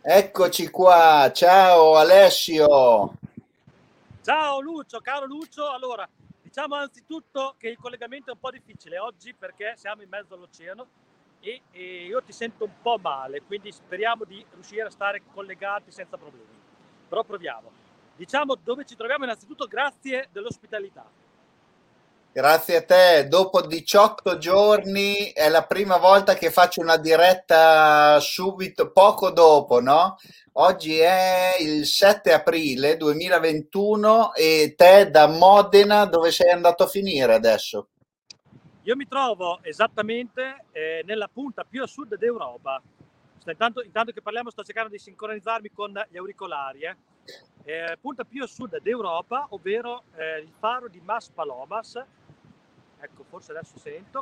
Eccoci qua, ciao Alessio. Ciao Lucio, caro Lucio. Allora, diciamo anzitutto che il collegamento è un po' difficile oggi perché siamo in mezzo all'oceano e io ti sento un po' male, quindi speriamo di riuscire a stare collegati senza problemi. Però proviamo. Diciamo dove ci troviamo innanzitutto, grazie dell'ospitalità. Grazie a te. Dopo 18 giorni è la prima volta che faccio una diretta subito, poco dopo, no? Oggi è il 7 aprile 2021 e te da Modena dove sei andato a finire adesso? Io mi trovo esattamente nella punta più a sud d'Europa. Intanto che parliamo sto cercando di sincronizzarmi con gli auricolari. Punta più a sud d'Europa, ovvero il faro di Maspalomas, ecco forse adesso sento,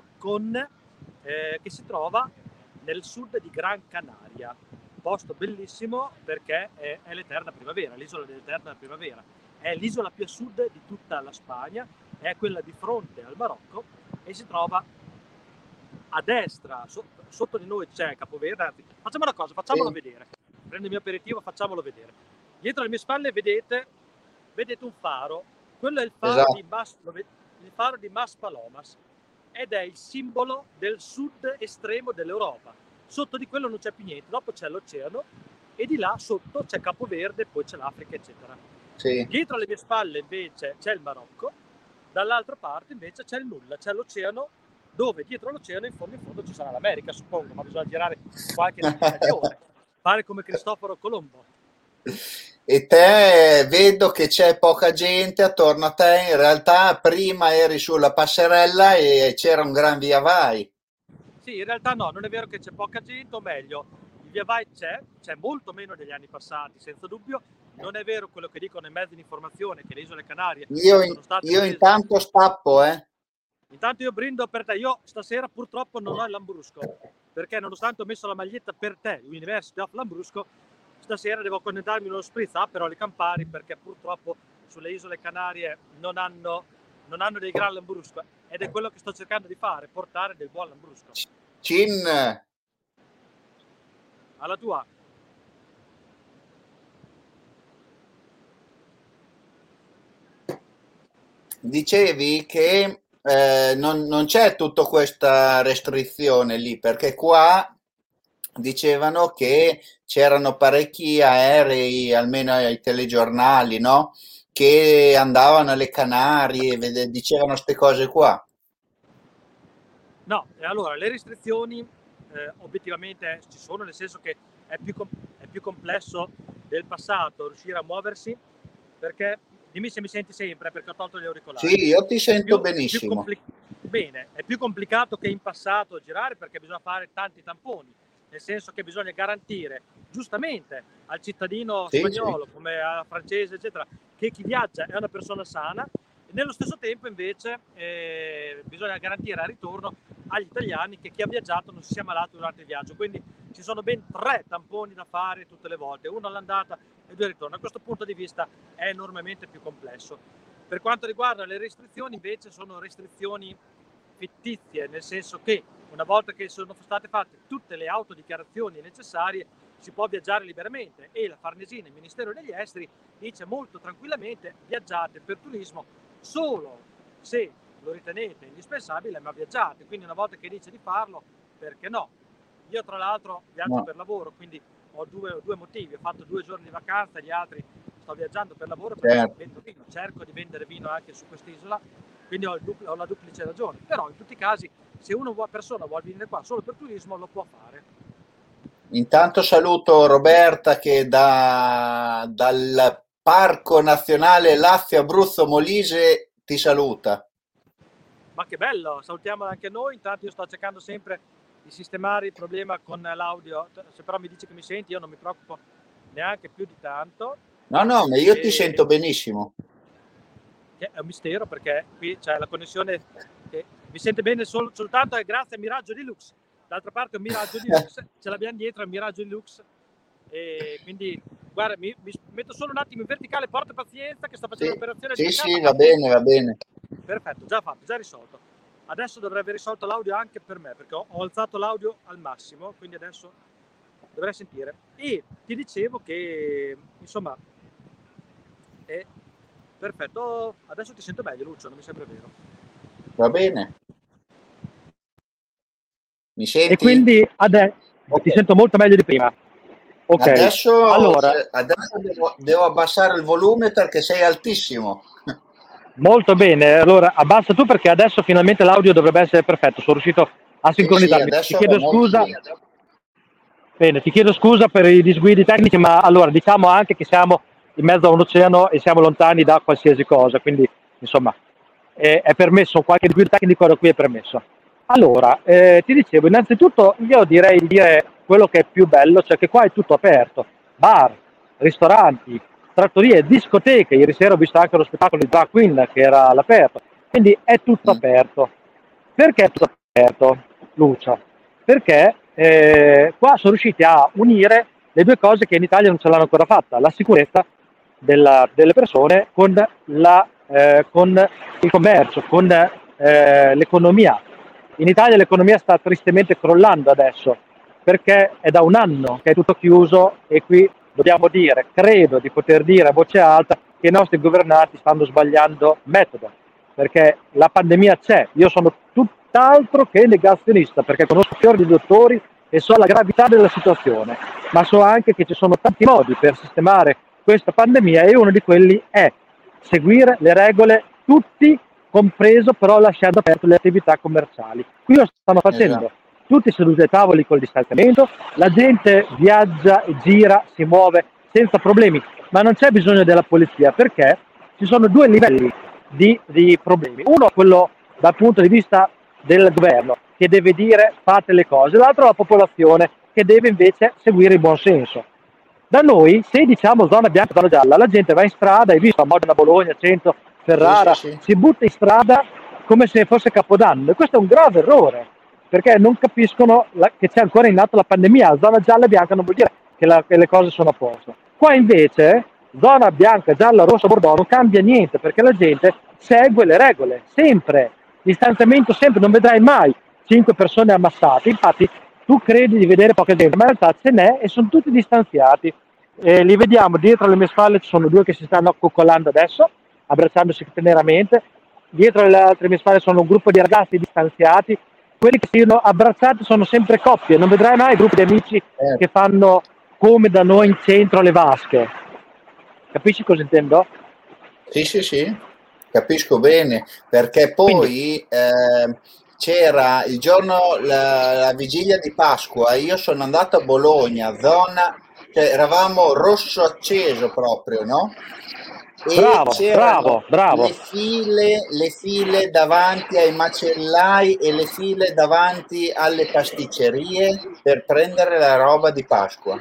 che si trova nel sud di Gran Canaria. Posto bellissimo perché è l'eterna primavera, l'isola dell'eterna primavera. È l'isola più a sud di tutta la Spagna, è quella di fronte al Marocco e si trova a destra, sotto di noi c'è Capoverde. Anzi, facciamo una cosa, facciamolo Sì, vedere. Prendo il mio aperitivo, facciamolo vedere. Dietro alle mie spalle vedete un faro. Quello è esatto. il faro di Maspalomas ed è il simbolo del sud estremo dell'Europa. Sotto di quello non c'è più niente, dopo c'è l'oceano e di là sotto c'è Capoverde, poi c'è l'Africa, eccetera. Sì. Dietro alle mie spalle invece c'è il Marocco, dall'altra parte invece c'è il nulla, c'è l'oceano, dove dietro l'oceano in fondo ci sarà l'America, suppongo, ma bisogna girare qualche decina di ore, fare come Cristoforo Colombo. E te vedo che c'è poca gente attorno a te, in realtà prima eri sulla passerella e c'era un gran via vai. Sì, in realtà no, non è vero che c'è poca gente, o meglio, il via vai c'è molto meno degli anni passati, senza dubbio. Non è vero quello che dicono i mezzi di informazione, che le isole Canarie Io, sono state io prese. intanto stappo, eh. Intanto io brindo per te. Io stasera purtroppo non ho il Lambrusco, perché nonostante ho messo la maglietta per te, University of Lambrusco, stasera devo accontentarmi uno spritz però le Campari, perché purtroppo sulle isole Canarie non hanno dei gran Lambrusco. Ed è quello che sto cercando di fare, portare del buon Lambrusco. Cin, Alla tua. dicevi che non c'è tutta questa restrizione lì, perché qua dicevano che c'erano parecchi aerei, almeno ai telegiornali, no? Che andavano alle Canarie, dicevano queste cose qua. No, e allora le restrizioni obiettivamente ci sono, nel senso che è più complesso del passato riuscire a muoversi, perché dimmi se mi senti sempre, perché ho tolto gli auricolari. Sì, io ti È sento più, è più benissimo. compli- Bene, è più complicato che in passato girare perché bisogna fare tanti tamponi, nel senso che bisogna garantire giustamente al cittadino Sì, sì. spagnolo come al francese, eccetera, che chi viaggia è una persona sana. E nello stesso tempo invece bisogna garantire al ritorno agli italiani che chi ha viaggiato non si sia malato durante il viaggio. Quindi ci sono ben 3 tamponi da fare tutte le volte, uno all'andata e 2 al ritorno. Da questo punto di vista è enormemente più complesso. Per quanto riguarda le restrizioni, invece, sono restrizioni fittizie, nel senso che una volta che sono state fatte tutte le autodichiarazioni necessarie si può viaggiare liberamente e la Farnesina, il Ministero degli Esteri, dice molto tranquillamente: viaggiate per turismo solo se lo ritenete indispensabile, ma viaggiate. Quindi una volta che dice di farlo, perché no? Io tra l'altro viaggio No, per lavoro, quindi ho due motivi: ho fatto 2 giorni di vacanza, gli altri sto viaggiando per lavoro perché certo. vendo vino, cerco di vendere vino anche su quest'isola, quindi ho la duplice ragione. Però in tutti i casi, se una persona vuole venire qua solo per turismo, lo può fare. Intanto saluto Roberta che dal Parco Nazionale Lazio Abruzzo Molise ti saluta. Ma che bello, salutiamola anche noi. Intanto io sto cercando sempre di sistemare il problema con l'audio. Se però mi dici che mi senti, io non mi preoccupo neanche più di tanto. No, no, ma io ti E sento benissimo. che è un mistero perché qui c'è la connessione che mi sente bene soltanto grazie a Miraggio Deluxe. D'altra parte un Miraggio Deluxe, ce l'abbiamo dietro, è un Miraggio Deluxe. E quindi, guarda, mi metto solo un attimo in verticale, porta pazienza che sto facendo Sì, l'operazione sì, sbagliata. sì, va bene, va bene. Perfetto, già fatto, già risolto. Adesso dovrei aver risolto l'audio anche per me, perché ho alzato l'audio al massimo, quindi adesso Dovrai sentire. E ti dicevo che, insomma, è perfetto. Adesso ti sento meglio, Lucio, non mi sembra vero. Va bene? Mi E senti? quindi adesso ti Ok. sento molto meglio di prima. Ok, Adesso, allora, adesso devo abbassare il volume perché sei altissimo. molto bene. Allora, abbassa tu perché adesso finalmente l'audio dovrebbe essere perfetto. Sono riuscito a Sì, sì, sincronizzarmi. Ti adesso va chiedo molto scusa. bene. Bene, ti chiedo scusa per i disguidi tecnici, ma allora diciamo anche che siamo in mezzo a un oceano e siamo lontani da qualsiasi cosa, quindi insomma è permesso, qualche disguido tecnico da qui è permesso. Allora, ti dicevo, innanzitutto io direi di dire quello che è più bello, cioè che qua è tutto aperto, bar, ristoranti, trattorie, discoteche, ieri sera ho visto anche lo spettacolo di Drag Queen che era all'aperto, quindi è tutto Mm. aperto. Perché è tutto aperto, Lucio? Perché qua sono riusciti a unire le due cose che in Italia non ce l'hanno ancora fatta, la sicurezza delle persone con il commercio, con l'economia. In Italia l'economia sta tristemente crollando adesso, perché è da un anno che è tutto chiuso e qui dobbiamo dire, credo di poter dire a voce alta, che i nostri governanti stanno sbagliando metodo, perché la pandemia c'è. Io sono tutt'altro che negazionista, perché conosco fior di dottori e so la gravità della situazione, ma so anche che ci sono tanti modi per sistemare questa pandemia e uno di quelli è seguire le regole tutti, compreso però lasciando aperte le attività commerciali. Qui lo stanno facendo, Esatto. tutti seduti ai tavoli col distanziamento, la gente viaggia e gira, si muove senza problemi, ma non c'è bisogno della polizia perché ci sono due livelli di problemi. Uno, quello dal punto di vista del governo, che deve dire fate le cose, l'altro la popolazione, che deve invece seguire il buon senso. Da noi, se diciamo zona bianca, zona gialla, la gente va in strada, hai visto a Modena, Bologna, Cento, Sì, sì, Ferrara, sì. si butta in strada come se fosse Capodanno e questo è un grave errore perché non capiscono che c'è ancora in atto la pandemia. Zona gialla e bianca non vuol dire che le cose sono a posto. Qua invece, zona bianca, gialla, rossa, bordeaux, non cambia niente perché la gente segue le regole, sempre, distanziamento sempre, non vedrai mai 5 persone ammassate, infatti tu credi di vedere poca gente, ma in realtà ce n'è e sono tutti distanziati. Li vediamo dietro alle mie spalle, ci sono due che si stanno coccolando adesso, abbracciandosi teneramente, dietro alle altre mie spalle sono un gruppo di ragazzi distanziati, quelli che si sono abbracciati sono sempre coppie, non vedrai mai gruppi di amici che fanno come da noi in centro alle vasche. Capisci cosa intendo? Sì, sì, sì, capisco bene, perché Quindi, poi c'era il giorno, la vigilia di Pasqua, io sono andato a Bologna, zona, cioè eravamo rosso acceso proprio, no? E bravo, bravo, c'erano bravo. le file davanti ai macellai e le file davanti alle pasticcerie per prendere la roba di Pasqua.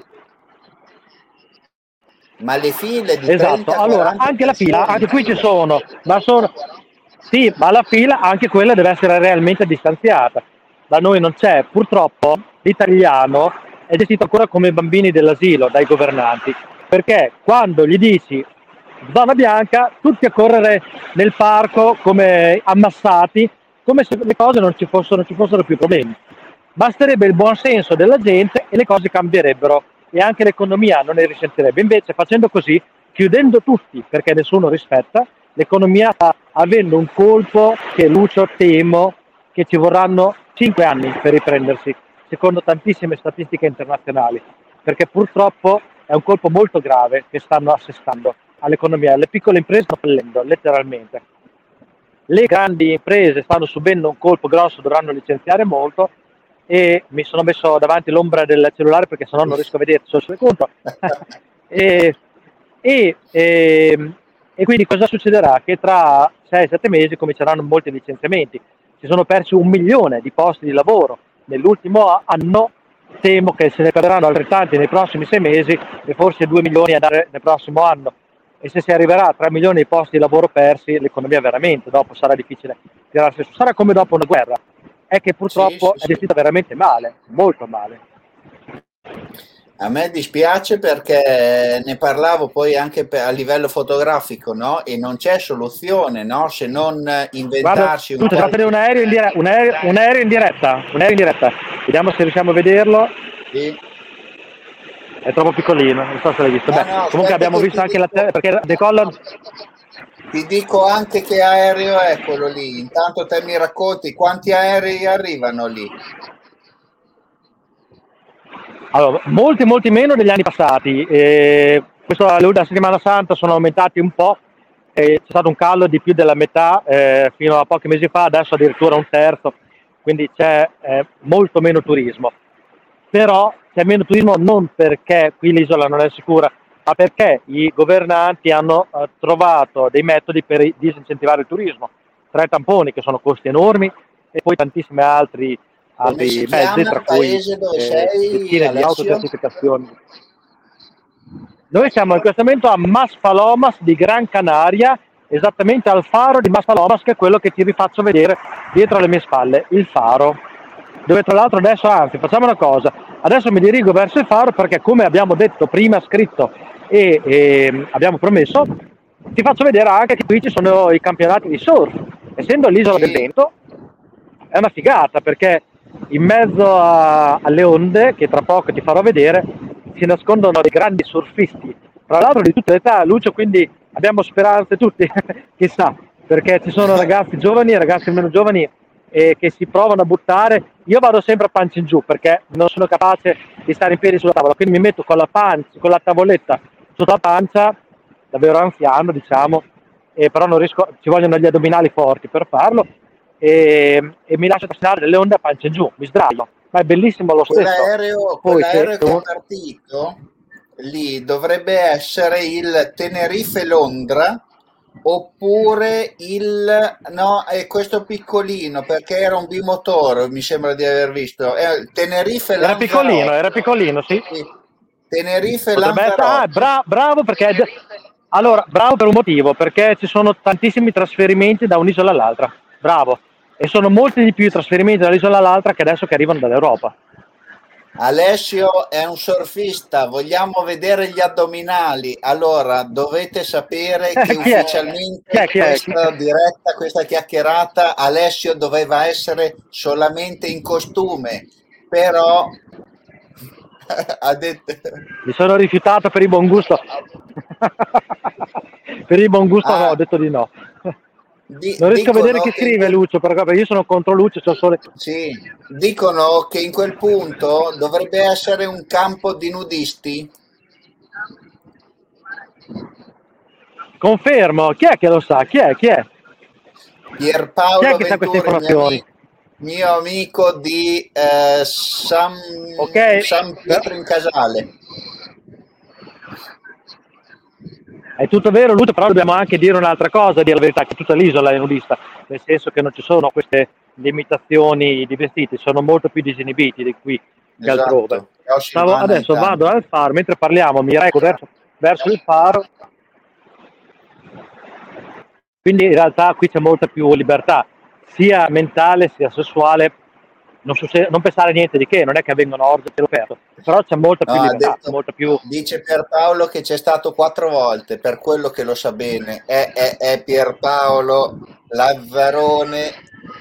Ma le file di Esatto, allora 30-40 anche la fila, persone. anche qui ci sono, ma sono, sì, ma la fila anche quella deve essere realmente distanziata. Da noi non c'è, purtroppo l'italiano è gestito ancora come i bambini dell'asilo dai governanti, perché quando gli dici zona bianca, tutti a correre nel parco come ammassati, come se le cose non ci fossero più problemi. Basterebbe il buon senso della gente e le cose cambierebbero e anche l'economia non ne risentirebbe. Invece facendo così, chiudendo tutti perché nessuno rispetta, l'economia sta avendo un colpo che Lucio temo che ci vorranno 5 anni per riprendersi, secondo tantissime statistiche internazionali, perché purtroppo è un colpo molto grave che stanno assestando all'economia. Le piccole imprese stanno fallendo, letteralmente. Le grandi imprese stanno subendo un colpo grosso, dovranno licenziare molto e mi sono messo davanti l'ombra del cellulare perché sennò non riesco a vedere sul secondo. e, e, e, e quindi cosa succederà? Che tra 6-7 mesi cominceranno molti licenziamenti. Si sono persi 1 milione di posti di lavoro nell'ultimo anno, temo che se ne perderanno altrettanti nei prossimi 6 mesi e forse 2 milioni nel prossimo anno. E se si arriverà a 3 milioni di posti di lavoro persi, l'economia veramente dopo sarà difficile tirarsi su. Sarà come dopo una guerra. È che Sì, purtroppo sì, è sì. gestita veramente male, molto male. A me dispiace perché ne parlavo poi anche a livello fotografico, no? E non c'è soluzione, no? Se non Guarda, inventarsi tu un ti fa vedere qualche... un aereo in diretta. Vediamo se riusciamo a vederlo. Sì, è troppo piccolino, non so se l'hai visto. No, Beh, no, comunque aspetta abbiamo che visto anche la Terra, perché decollano. ti dico anche che aereo è quello lì. Intanto te mi racconti quanti aerei arrivano lì. Allora, molti meno degli anni passati. La settimana santa sono aumentati un po', c'è stato un calo di più della metà fino a pochi mesi fa, adesso addirittura un terzo, quindi c'è molto meno turismo. Però c'è meno turismo non perché qui l'isola non è sicura, ma perché i governanti hanno trovato dei metodi per disincentivare il turismo, tra i tamponi che sono costi enormi e poi tantissimi Come si altri mezzi, chiama tra il cui paese dove sei, decine di Alessio? autocertificazioni. Noi siamo in questo momento a Maspalomas di Gran Canaria, esattamente al faro di Maspalomas, che è quello che ti rifaccio vedere dietro alle mie spalle, il faro. Dove tra l'altro adesso, anzi, facciamo una cosa, adesso mi dirigo verso il faro perché come abbiamo detto prima, scritto e abbiamo promesso, ti faccio vedere anche che qui ci sono i campionati di surf. Essendo l'isola del Sì, vento, è una figata perché in mezzo alle onde, che tra poco ti farò vedere, si nascondono dei grandi surfisti, tra l'altro di tutte le età, Lucio, quindi abbiamo speranze tutti, chissà, perché ci sono ragazzi giovani e ragazzi meno giovani che si provano a buttare. Io vado sempre a pancia in giù perché non sono capace di stare in piedi sulla tavola, quindi mi metto con la pancia, con la tavoletta sotto la pancia, davvero anziano diciamo, però non riesco, ci vogliono gli addominali forti per farlo e mi lascio trascinare delle onde a pancia in giù, mi sdraio, ma è bellissimo lo stesso. Poi se quell'aereo che è partito lì dovrebbe essere il Tenerife-Londra oppure il... No, è questo piccolino perché era un bimotore, mi sembra di aver visto. È il era Tenerife-Lanzarote. piccolino, sì. Sì. Potrebbe essere, Tenerife-Lanzarote. bravo perché allora, bravo per un motivo, perché ci sono tantissimi trasferimenti da un'isola all'altra, bravo, e sono molti di più i trasferimenti dall'isola all'altra che adesso che arrivano dall'Europa. Alessio è un surfista, vogliamo vedere gli addominali. Allora, dovete sapere che Chi è? ufficialmente Chi è? questa diretta, questa chiacchierata, Alessio doveva essere solamente in costume, però ha detto... Mi sono rifiutato per il buon gusto. Per il buon gusto ho Ah, detto di no. Non riesco a vedere dicono chi che in scrive quel... Lucio, perché io sono contro Lucio, c'ho solo... Sì, dicono che in quel punto dovrebbe essere un campo di nudisti. Confermo, chi è che lo sa? Chi è? Chi è? Chi è Pierpaolo che sa queste Venturi, informazioni? mio amico di Ok? San Pietro in Casale. È tutto vero, Lucio, però dobbiamo anche dire un'altra cosa, dire la verità, che tutta l'isola è nudista, nel senso che non ci sono queste limitazioni di vestiti, sono molto più disinibiti di qui che altrove. Esatto. Ciao Silvana Adesso vado intanto. al faro, mentre parliamo mi reco verso il faro, quindi in realtà qui c'è molta più libertà, sia mentale sia sessuale, non pensare a niente di che, non è che avvengono orge a cielo aperto, però c'è molta No, più ha libertà, detto, molta più... dice Pierpaolo che c'è stato 4 volte, per quello che lo sa bene. È Pierpaolo Lazarone.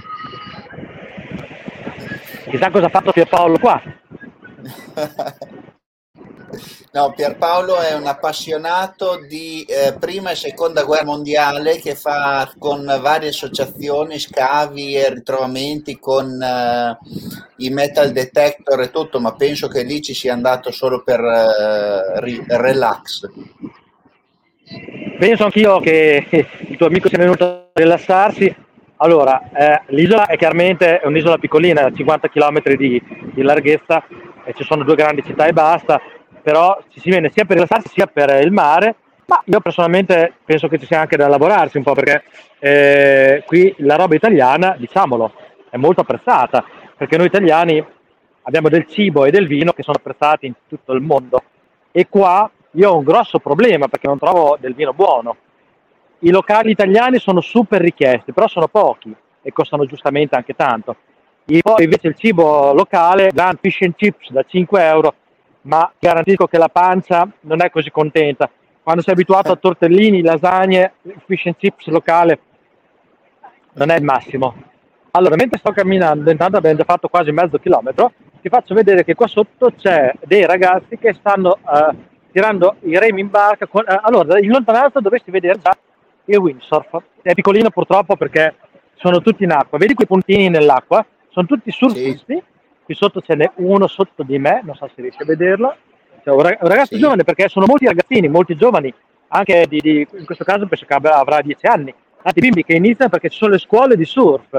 Chissà cosa ha fatto Pierpaolo qua. No, Pierpaolo è un appassionato di prima e seconda guerra mondiale che fa con varie associazioni scavi e ritrovamenti con i metal detector e tutto, ma penso che lì ci sia andato solo per relax. Penso anch'io che il tuo amico sia venuto a rilassarsi. Allora, l'isola è chiaramente un'isola piccolina, 50 km di larghezza, e ci sono due grandi città e basta, però ci si viene sia per rilassarsi sia per il mare, ma io personalmente penso che ci sia anche da lavorarsi un po', perché qui la roba italiana, diciamolo, è molto apprezzata, perché noi italiani abbiamo del cibo e del vino che sono apprezzati in tutto il mondo, e qua io ho un grosso problema perché non trovo del vino buono. I locali italiani sono super richiesti, però sono pochi e costano giustamente anche tanto. E poi invece il cibo locale, Grand Fish and Chips da 5 euro, ma ti garantisco che la pancia non è così contenta. Quando sei abituato a tortellini, lasagne, il fish and chips locale non è il massimo. Allora, mentre sto camminando, intanto abbiamo già fatto quasi mezzo chilometro, ti faccio vedere che qua sotto c'è dei ragazzi che stanno tirando i remi in barca. Allora, in lontananza dovresti vedere già il windsurf. È piccolino purtroppo perché sono tutti in acqua. Vedi quei puntini nell'acqua? Sono tutti surfisti. Qui sotto ce n'è uno sotto di me, non so se riesci a vederlo. C'è un ragazzo giovane, perché sono molti ragazzini, molti giovani, anche in questo caso penso che avrà 10 anni. Tanti bimbi che iniziano perché ci sono le scuole di surf.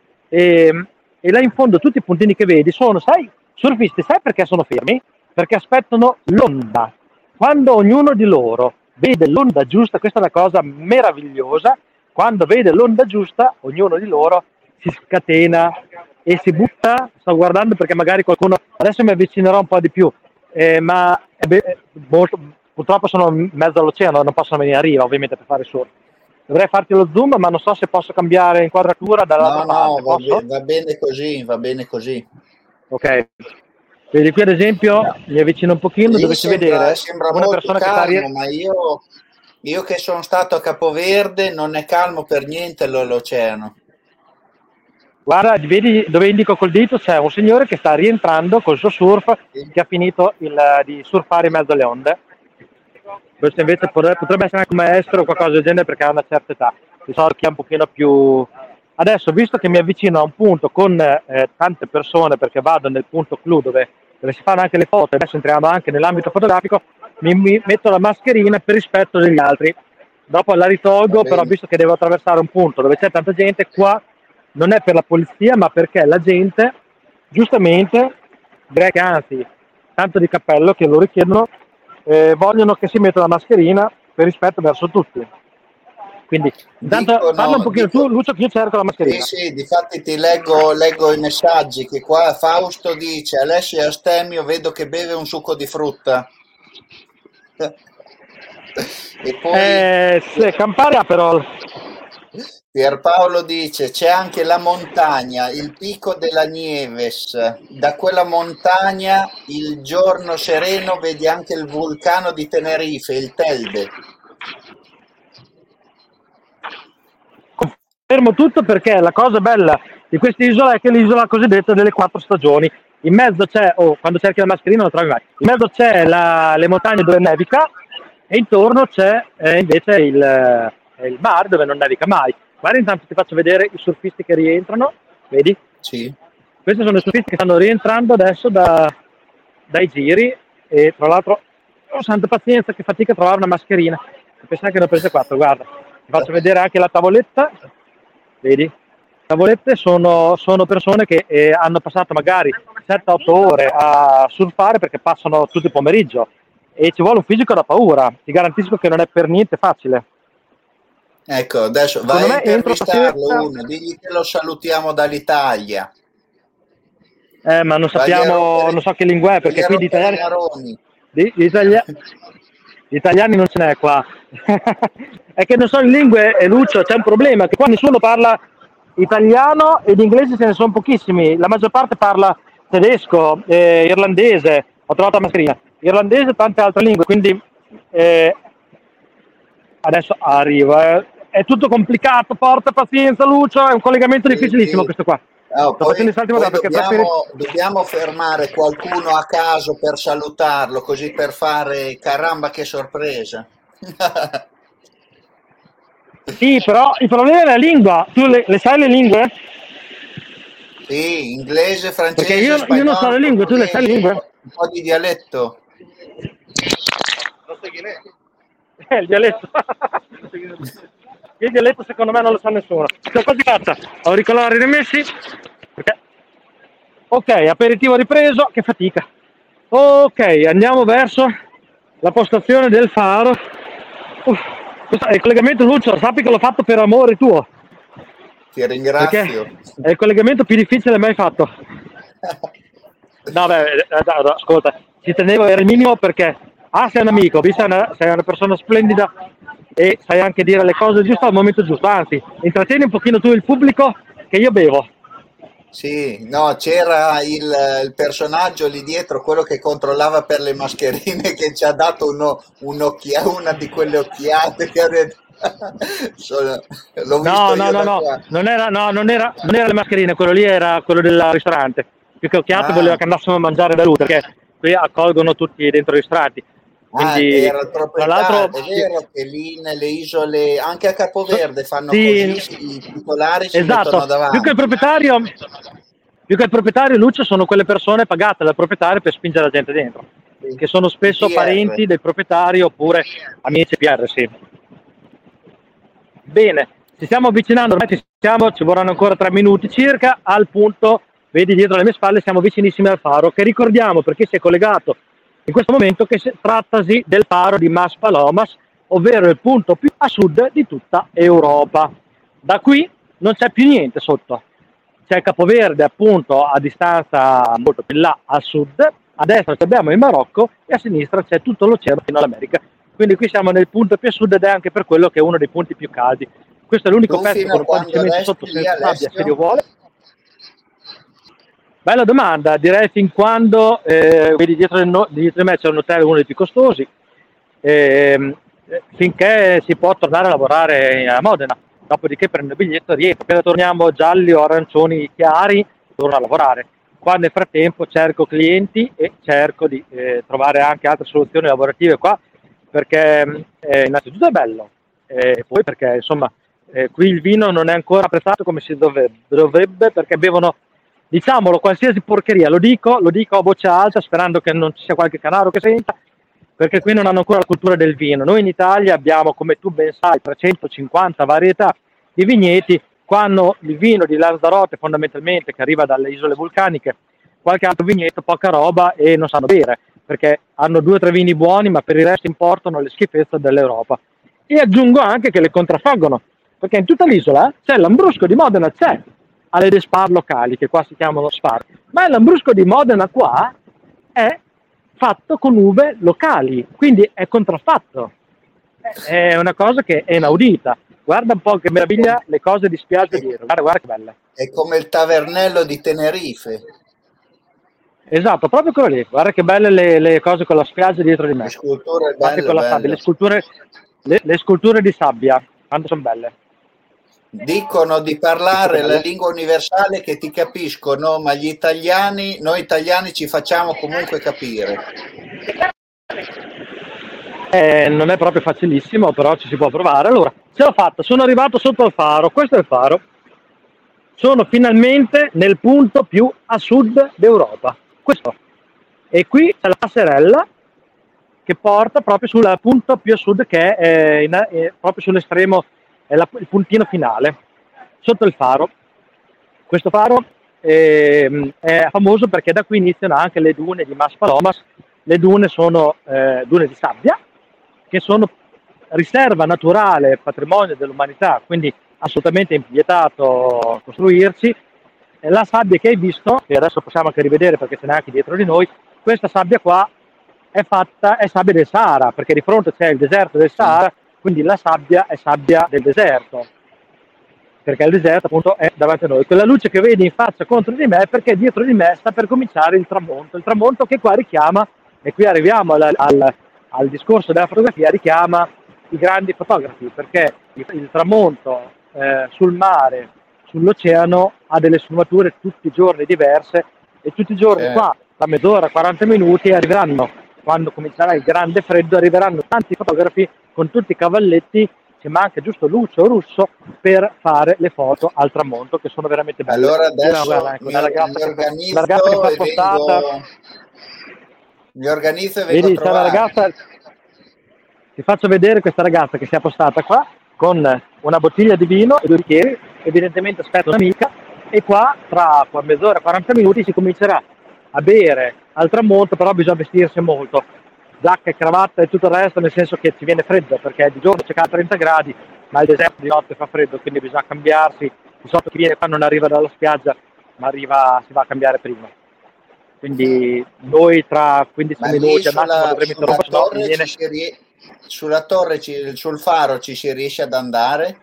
E là in fondo tutti i puntini che vedi sono, sai, surfisti, sai perché sono fermi? Perché aspettano l'onda. Quando ognuno di loro vede l'onda giusta, questa è una cosa meravigliosa, quando vede l'onda giusta, ognuno di loro si scatena e si butta. Sto guardando perché magari qualcuno, adesso mi avvicinerò un po' di più, ma purtroppo sono in mezzo all'oceano, non possono venire a riva ovviamente per fare surf. Dovrei farti lo zoom, ma non so se posso cambiare inquadratura dall'altra parte. No, va bene così, va bene così. Ok. Vedi qui ad esempio, mi avvicino un pochino, dovresti vedere sembra una molto persona calmo, ma io che sono stato a Capoverde non è calmo per niente l'oceano. Guarda, vedi dove indico col dito, c'è un signore che sta rientrando col suo surf, che ha finito di surfare in mezzo alle onde. Questo invece potrebbe essere anche un maestro o qualcosa del genere perché ha una certa età. Di solito chi è un pochino più... Adesso, visto che mi avvicino a un punto con tante persone, perché vado nel punto clou dove si fanno anche le foto, adesso entriamo anche nell'ambito fotografico, mi metto la mascherina per rispetto degli altri. Dopo la ritolgo, però visto che devo attraversare un punto dove c'è tanta gente, qua non è per la polizia, ma perché la gente, giustamente, direi che anzi, tanto di cappello che lo richiedono, vogliono che si metta la mascherina per rispetto verso tutti. Quindi intanto parla un pochino tu, Lucio, che io cerco la mascherina. Sì, difatti ti leggo i messaggi che qua Fausto dice: Alessio è astemio, vedo che beve un succo di frutta. E poi Campari Aperol. Pierpaolo dice: c'è anche la montagna, il picco della Nieves. Da quella montagna il giorno sereno vedi anche il vulcano di Tenerife, il Telde. Fermo tutto perché la cosa bella di quest'isola è che l'isola cosiddetta delle 4 stagioni. In mezzo c'è, quando cerchi la mascherina non la trovi mai, in mezzo c'è le montagne dove nevica e intorno c'è invece il mare dove non nevica mai. Guarda, intanto ti faccio vedere i surfisti che rientrano, vedi? Sì. Questi sono i surfisti che stanno rientrando adesso dai giri e tra l'altro, santa pazienza, che fatica a trovare una mascherina. Pensate che ne ho prese 4, guarda. Ti faccio vedere anche la tavoletta. Vedi? Tavolette sono persone che hanno passato magari 7-8 ore a surfare perché passano tutto il pomeriggio e ci vuole un fisico da paura. Ti garantisco che non è per niente facile. Ecco, adesso vai a intervistarlo uno, digli che lo salutiamo dall'Italia. Ma non sappiamo, non so che lingua è, perché qui gli italiani non ce n'è qua. È che non so le lingue, Lucio, c'è un problema, che qua nessuno parla italiano ed inglese, ce ne sono pochissimi, la maggior parte parla tedesco, irlandese, ho trovato la mascherina, irlandese e tante altre lingue, quindi adesso arriva, è tutto complicato, porta pazienza Lucio, è un collegamento difficilissimo questo qua. Poi dobbiamo fermare qualcuno a caso per salutarlo, così per fare caramba che sorpresa. Sì, però il problema è la lingua. Tu le sai le lingue? Sì, inglese, francese, perché io spagnolo, non so le lingue, tu le sai le lingue? Un po' di dialetto. Il dialetto. Il dialetto secondo me non lo sa nessuno. Cosa faccia? Auricolari rimessi. Perché? Ok, aperitivo ripreso, che fatica. Ok, andiamo verso la postazione del faro. Il collegamento, Lucio, sappi che l'ho fatto per amore tuo. Ti ringrazio. Perché è il collegamento più difficile mai fatto. No, ascolta, ci tenevo, era il minimo perché sei un amico, sei una persona splendida e sai anche dire le cose giuste al momento giusto, anzi, intrattieni un pochino tu il pubblico che io bevo. Sì, no, c'era il personaggio lì dietro, quello che controllava per le mascherine, che ci ha dato una di quelle occhiate che ha detto... L'ho visto no, non era le mascherine, quello lì era quello del ristorante. più che occhiato voleva che andassimo a mangiare da lui, perché qui accolgono tutti dentro i ristoranti. Quindi, era il tra proprietario. l'altro, È vero che lì nelle isole, anche a Capoverde, fanno sì, così, i titolari si esatto, mettono davanti. più che il proprietario, Lucio, sono quelle persone pagate dal proprietario per spingere la gente dentro, Sì. che sono spesso PR. parenti del proprietario oppure amici PR, sì. Bene, ci stiamo avvicinando, ormai ci vorranno ancora 3 minuti circa, al punto, vedi dietro le mie spalle, siamo vicinissimi al faro, che ricordiamo, perché si è collegato in questo momento, che trattasi del faro di Maspalomas, ovvero il punto più a sud di tutta Europa. Da qui non c'è più niente sotto, c'è Capoverde appunto a distanza molto più in là a sud, a destra abbiamo il Marocco e a sinistra c'è tutto l'oceano fino all'America. Quindi qui siamo nel punto più a sud ed è anche per quello che è uno dei punti più caldi. Questo è l'unico pezzo con un po' di cemento sotto senza sabbia, se Dio vuole. Bella domanda, direi fin quando vedi dietro di me c'è un hotel, uno dei più costosi, finché si può tornare a lavorare a Modena. Dopodiché prendo il biglietto e rientro. Appena torniamo gialli o arancioni chiari, torno a lavorare. Qua nel frattempo cerco clienti e cerco di trovare anche altre soluzioni lavorative qua, perché innanzitutto è bello, poi perché insomma qui il vino non è ancora apprezzato come si dovrebbe, perché bevono, diciamolo, qualsiasi porcheria, lo dico a voce alta sperando che non ci sia qualche canaro che senta, perché qui non hanno ancora la cultura del vino. Noi in Italia abbiamo, come tu ben sai, 350 varietà di vigneti. Qua hanno il vino di Lanzarote fondamentalmente, che arriva dalle isole vulcaniche, qualche altro vigneto, poca roba, e non sanno bere, perché hanno 2 o 3 vini buoni, ma per il resto importano le schifezze dell'Europa. E aggiungo anche che le contraffaggono, perché in tutta l'isola c'è l'Ambrusco di Modena, c'è alle SPAR locali, che qua si chiamano SPAR, ma l'Ambrusco di Modena qua è fatto con uve locali, quindi è contraffatto. È una cosa che è inaudita. Guarda un po' che meraviglia le cose di spiaggia dietro, guarda che belle. È come il tavernello di Tenerife. Esatto, proprio quello lì. Guarda che belle le cose con la spiaggia dietro di me. Le sculture belle, con la sabbia, le sculture di sabbia, quanto sono belle. Dicono di parlare la lingua universale che ti capiscono, ma noi italiani ci facciamo comunque capire. Non è proprio facilissimo, però ci si può provare. Allora, ce l'ho fatta, sono arrivato sotto al faro, questo è il faro. Sono finalmente nel punto più a sud d'Europa. Questo. E qui c'è la passerella che porta proprio sul punto più a sud, che è proprio sull'estremo, è il puntino finale, sotto il faro. Questo faro è famoso perché da qui iniziano anche le dune di Maspalomas. Le dune sono dune di sabbia, che sono riserva naturale, patrimonio dell'umanità, quindi assolutamente vietato costruirci. La sabbia che hai visto, che adesso possiamo anche rivedere perché ce n'è anche dietro di noi, questa sabbia qua è sabbia del Sahara, perché di fronte c'è il deserto del Sahara, quindi la sabbia è sabbia del deserto, perché il deserto appunto è davanti a noi. Quella luce che vedi in faccia contro di me è perché dietro di me sta per cominciare il tramonto che qua richiama, e qui arriviamo al discorso della fotografia, richiama i grandi fotografi, perché il tramonto sul mare, sull'oceano, ha delle sfumature tutti i giorni diverse, e tutti i giorni qua, tra mezz'ora, 40 minuti, arriveranno, quando comincerà il grande freddo, arriveranno tanti fotografi con tutti i cavalletti, ci manca giusto Lucio Russo per fare le foto al tramonto, che sono veramente belle. Allora adesso mi organizzo e vengo a trovare. La ragazza, ti faccio vedere questa ragazza che si è appostata qua con una bottiglia di vino e 2 bicchieri, evidentemente aspetta un'amica, e qua tra mezz'ora, 40 minuti si comincerà a bere al tramonto, però bisogna vestirsi molto, giacca e cravatta e tutto il resto, nel senso che ci viene freddo, perché di giorno c'è 30 gradi, ma il deserto di notte fa freddo, quindi bisogna cambiarsi. Di solito chi viene qua non arriva dalla spiaggia, ma si va a cambiare prima. Quindi noi tra 15 minuti al massimo dovremo interrompere. Sulla torre, sul faro ci si riesce ad andare?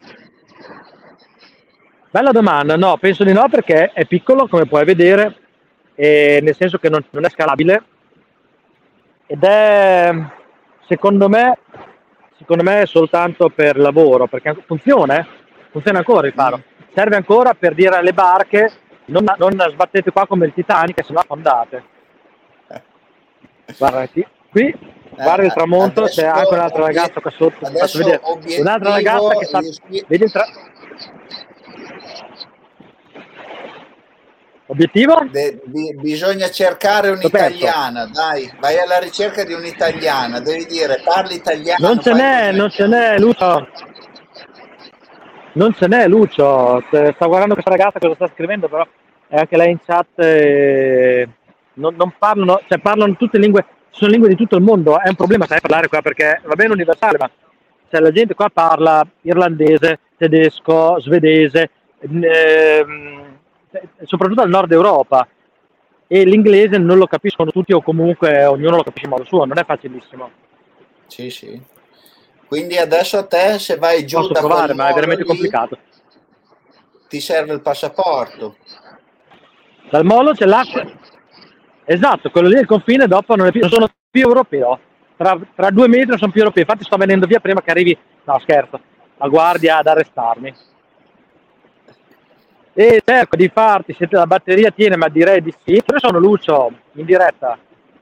Bella domanda, no, penso di no, perché è piccolo, come puoi vedere, nel senso che non è scalabile, ed è, secondo me soltanto per lavoro, perché funziona ancora il faro, serve ancora per dire alle barche Non sbattete qua come il Titanic, se no affondate. Guarda, qui, guarda il tramonto, c'è anche un'altra ragazza qua sotto. Faccio vedere. Un'altra ragazza che sta... Vedi Obiettivo? Bisogna cercare un'italiana, dai, vai alla ricerca di un'italiana, devi dire parli italiano. Non ce n'è, Lucio. Non ce n'è, Lucio. Sto guardando questa ragazza cosa sta scrivendo, però è anche lei in chat. Non parlano, cioè parlano tutte lingue, sono lingue di tutto il mondo. È un problema, sai, parlare qua perché va bene universale, ma cioè, la gente qua parla irlandese, tedesco, svedese, soprattutto al nord Europa, e l'inglese non lo capiscono tutti o comunque ognuno lo capisce in modo suo, non è facilissimo. Sì. Quindi adesso a te, se vai giù posso provare, ma è veramente complicato. Ti serve il passaporto. Dal molo c'è l'acqua. Esatto, quello lì è il confine, dopo non sono più europeo. Tra 2 metri sono più europeo. Infatti sto venendo via prima che arrivi, no scherzo, la guardia ad arrestarmi. E cerco di farti, se la batteria tiene, ma direi di sì. Io sono Lucio, in diretta.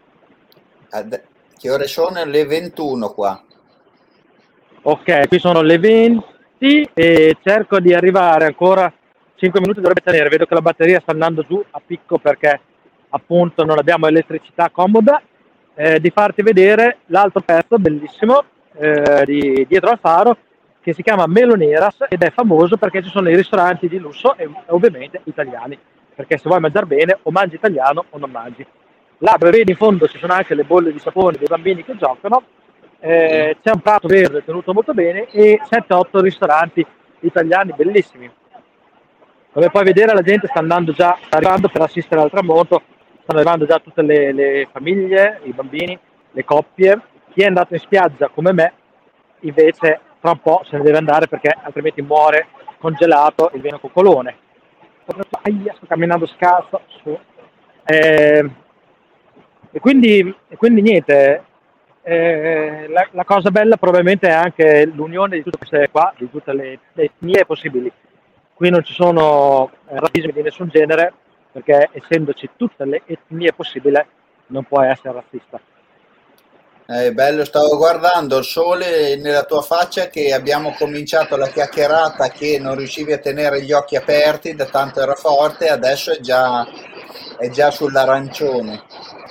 Che ore sono? Le 21 qua. Ok, qui sono le 20 e cerco di arrivare ancora 5 minuti, dovrebbe tenere. Vedo che la batteria sta andando giù a picco perché appunto non abbiamo elettricità comoda. Di farti vedere l'altro pezzo bellissimo di dietro al faro, che si chiama Meloneras ed è famoso perché ci sono i ristoranti di lusso e ovviamente italiani, perché se vuoi mangiare bene o mangi italiano o non mangi. Là dove vedi in fondo ci sono anche le bolle di sapone dei bambini che giocano, c'è un prato verde tenuto molto bene e 7-8 ristoranti italiani bellissimi. Come puoi vedere la gente sta arrivando per assistere al tramonto, stanno arrivando già tutte le famiglie, i bambini, le coppie. Chi è andato in spiaggia come me invece tra un po' se ne deve andare perché altrimenti muore congelato il vino coccolone. Sto camminando scarso su. E quindi niente, la cosa bella probabilmente è anche l'unione di tutte queste qua, di tutte le etnie possibili. Qui non ci sono razzismi di nessun genere perché essendoci tutte le etnie possibili non puoi essere razzista. Bello, stavo guardando il sole nella tua faccia che abbiamo cominciato la chiacchierata che non riuscivi a tenere gli occhi aperti da tanto era forte, adesso è già sull'arancione.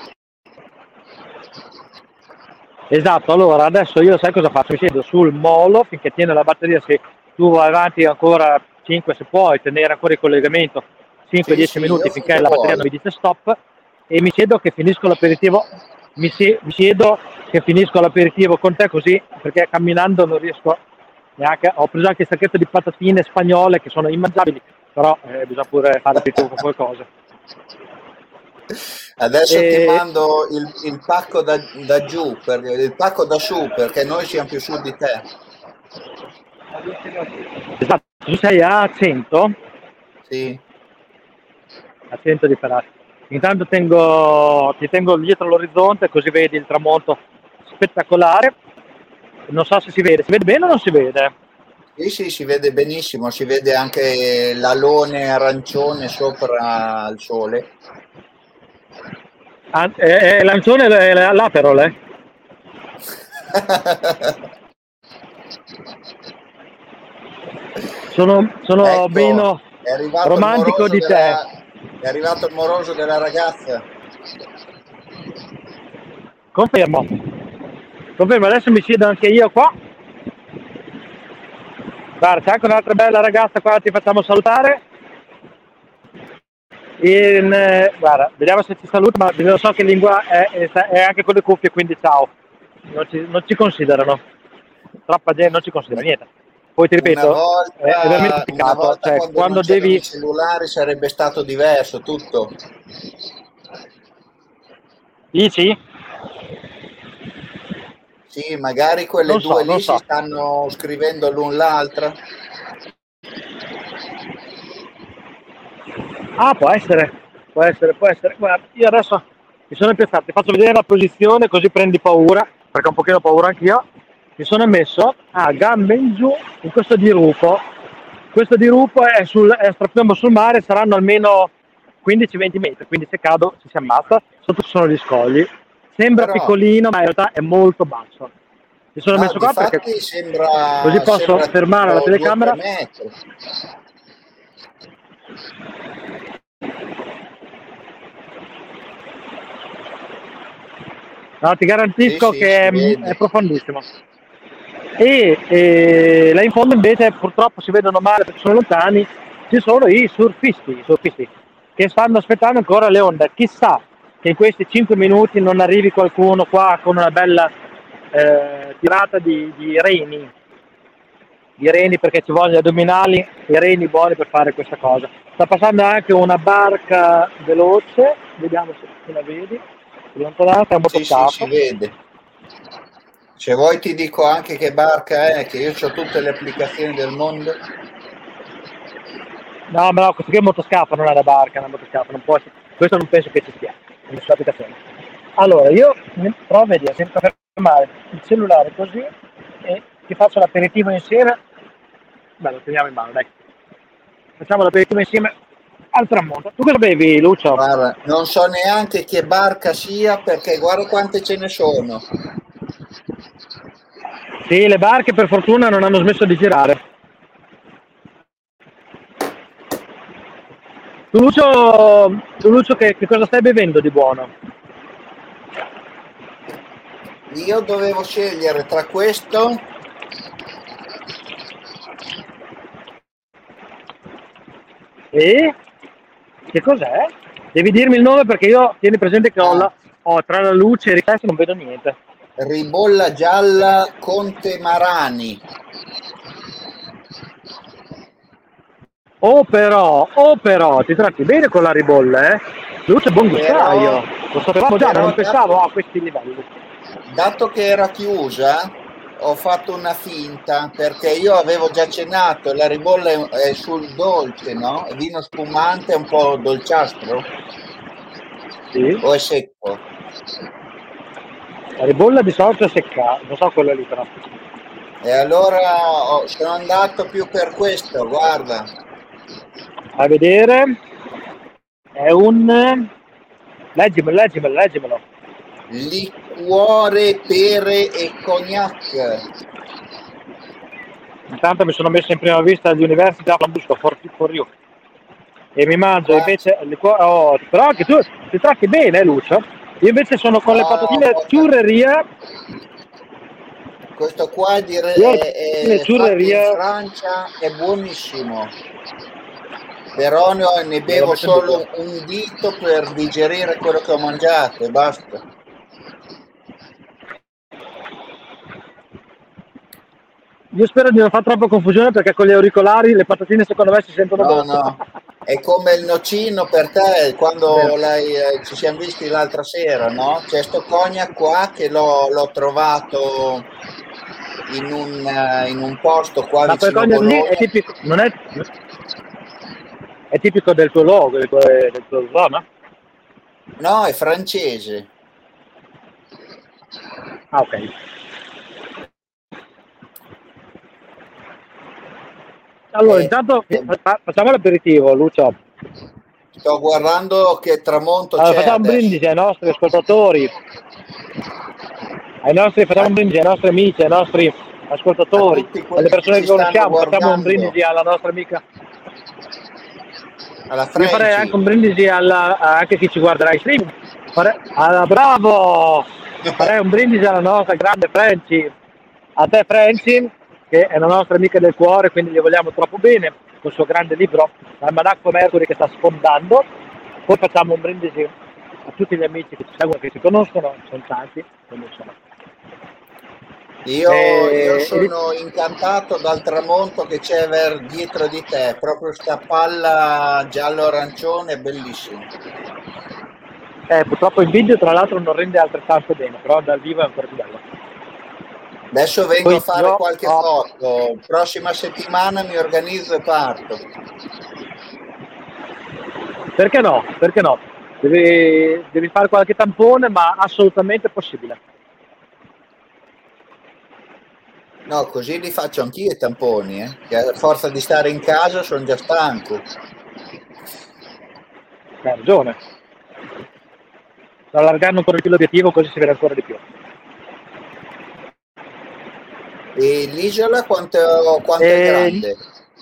Esatto, allora adesso io sai cosa faccio? Mi siedo sul molo finché tiene la batteria, se tu vai avanti ancora 5 se puoi, tenere ancora il collegamento 5-10 minuti finché la batteria non mi dice stop e mi siedo che finisco l'aperitivo. Mi siedo che finisco l'aperitivo con te così perché camminando non riesco neanche. Ho preso anche il sacchetto di patatine spagnole che sono immangiabili, però bisogna pure fare aperitivo con qualcosa. Adesso ti mando il pacco da giù, il pacco da su perché noi siamo più su di te. Esatto, tu sei a 100? Sì. A 100 di Ferrari. Intanto ti tengo dietro l'orizzonte così vedi il tramonto spettacolare. Non so se si vede bene o non si vede? Sì, si vede benissimo, si vede anche l'alone arancione sopra il sole. L'arancione è l'Aperol, Sono ecco, meno romantico di te. È arrivato il moroso della ragazza. Confermo, adesso mi siedo anche io qua. Guarda, c'è anche un'altra bella ragazza qua, ti facciamo salutare. Guarda, vediamo se ci saluta, ma non so che lingua è anche con le cuffie, quindi ciao. Non ci considerano. Troppa gente non ci considera niente. Poi ti ripeto, è veramente complicato. Cioè, quando devi i cellulari sarebbe stato diverso tutto. Dici? Sì, magari quelle due lì si stanno scrivendo l'un l'altra. Ah, può essere. Guarda, io adesso mi sono impiazzato, ti faccio vedere la posizione così prendi paura, perché ho un pochino paura anch'io. Mi sono messo a gambe in giù in questo dirupo. Questo dirupo è proprio sul mare, saranno almeno 15-20 metri, quindi se cado ci si ammazza, sotto ci sono gli scogli. Sembra Però, piccolino, ma in realtà è molto basso. Mi sono no, messo qua perché difatti così posso sembra fermare la tipo 2-3 telecamera. metri. No, ti Sì, garantisco sì, che si è vede. profondissimo. E là in fondo invece purtroppo si vedono male perché sono lontani, ci sono i surfisti che stanno aspettando ancora le onde. Chissà che in questi 5 minuti non arrivi qualcuno qua con una bella tirata di reni perché ci vogliono gli addominali, i reni buoni per fare questa cosa. Sta passando anche una barca veloce, vediamo se la vedi, allontanata, è un Sì, sì, si motoscafo. vede. Se vuoi ti dico anche che barca è, che io ho tutte le applicazioni del mondo. No, ma no, questo qui è un motoscafo, non è una barca, è una motoscafo, non può essere. Questo non penso che ci sia, nella sua applicazione. Allora, io provo a vedere, senza fermare il cellulare così e ti faccio l'aperitivo insieme. Beh, lo teniamo in mano, dai. Facciamo l'aperitivo insieme al tramonto. Tu cosa bevi, Lucio? Guarda, non so neanche che barca sia perché guarda quante ce ne sono. Sì, le barche per fortuna non hanno smesso di girare. Tu Lucio che cosa stai bevendo di buono? Io dovevo scegliere tra questo. E che cos'è? Devi dirmi il nome perché io tieni presente che Ah, ho tra la luce e il riflesso non vedo niente. Ribolla gialla Conte Marani. Oh però, ti tratti bene con la ribolla, eh? Luce è buon Però, gustaio. Lo sapevamo già, ma non però pensavo a questi livelli. dato che era chiusa, ho fatto una finta perché io avevo già cenato, la ribolla è sul dolce, no? Vino spumante è un po' dolciastro Sì. o è secco? La ribolla di solito è secca, non so quella lì però. E allora sono andato più per questo, guarda, A vedere, è un... leggimelo. liquore, pere e cognac. Intanto mi sono messo in prima vista agli Università Lambrusco for you. E mi mangio Qua, invece però anche tu ti tratti bene, Lucio. Io invece sono con le no, patatine ciurreria. questo qua Io ho le patatine è fatto in ciurreria. Francia, è buonissimo, però ne Me lo bevo metto in dubbio. solo un dito per digerire quello che ho mangiato e basta. Io spero di non fare troppa confusione perché con gli auricolari le patatine secondo me si sentono No, molto. no, è come il nocino per te Bene. quando ci siamo visti l'altra sera, no? C'è sto cognac qua che l'ho trovato in un posto qua Ma quel vicino cognac lì è Bologna. tipico, non è tipico del tuo luogo, del tuo zona? No, è francese. Ah, ok. Allora, Eh, intanto eh, facciamo l'aperitivo, Lucio. sto guardando che tramonto Allora, c'è facciamo un adesso. brindisi ai nostri ascoltatori, facciamo un brindisi ai nostri amici, ai nostri A ascoltatori, tutti alle quelli che persone ci che stanno conosciamo, facciamo un guardando, brindisi alla nostra amica. alla Io farei anche Franci. un brindisi anche chi ci guarderà in streaming. Bravo! Farei un brindisi alla nostra grande Franci, a te Franci, che è la nostra amica del cuore, quindi gli vogliamo troppo bene, col suo grande libro L'Almanacco Mercury che sta sfondando. Poi facciamo un brindisi a tutti gli amici che ci seguono, che ci conoscono, sono tanti, quindi insomma. Io E sono incantato dal tramonto che c'è dietro di te, proprio sta palla giallo-arancione, bellissimo. purtroppo il video tra l'altro non rende altrettanto bene, però dal vivo è ancora più bello. Adesso vengo a Poi fare io qualche ho foto, prossima settimana mi organizzo e parto. Perché no? Perché no? Devi fare qualche tampone, ma assolutamente possibile. No, così li faccio anch'io i tamponi, che a forza di stare in casa sono già stanco. Hai ragione. Allargando ancora di più l'obiettivo, così si vede ancora di più. E l'isola quanto è grande?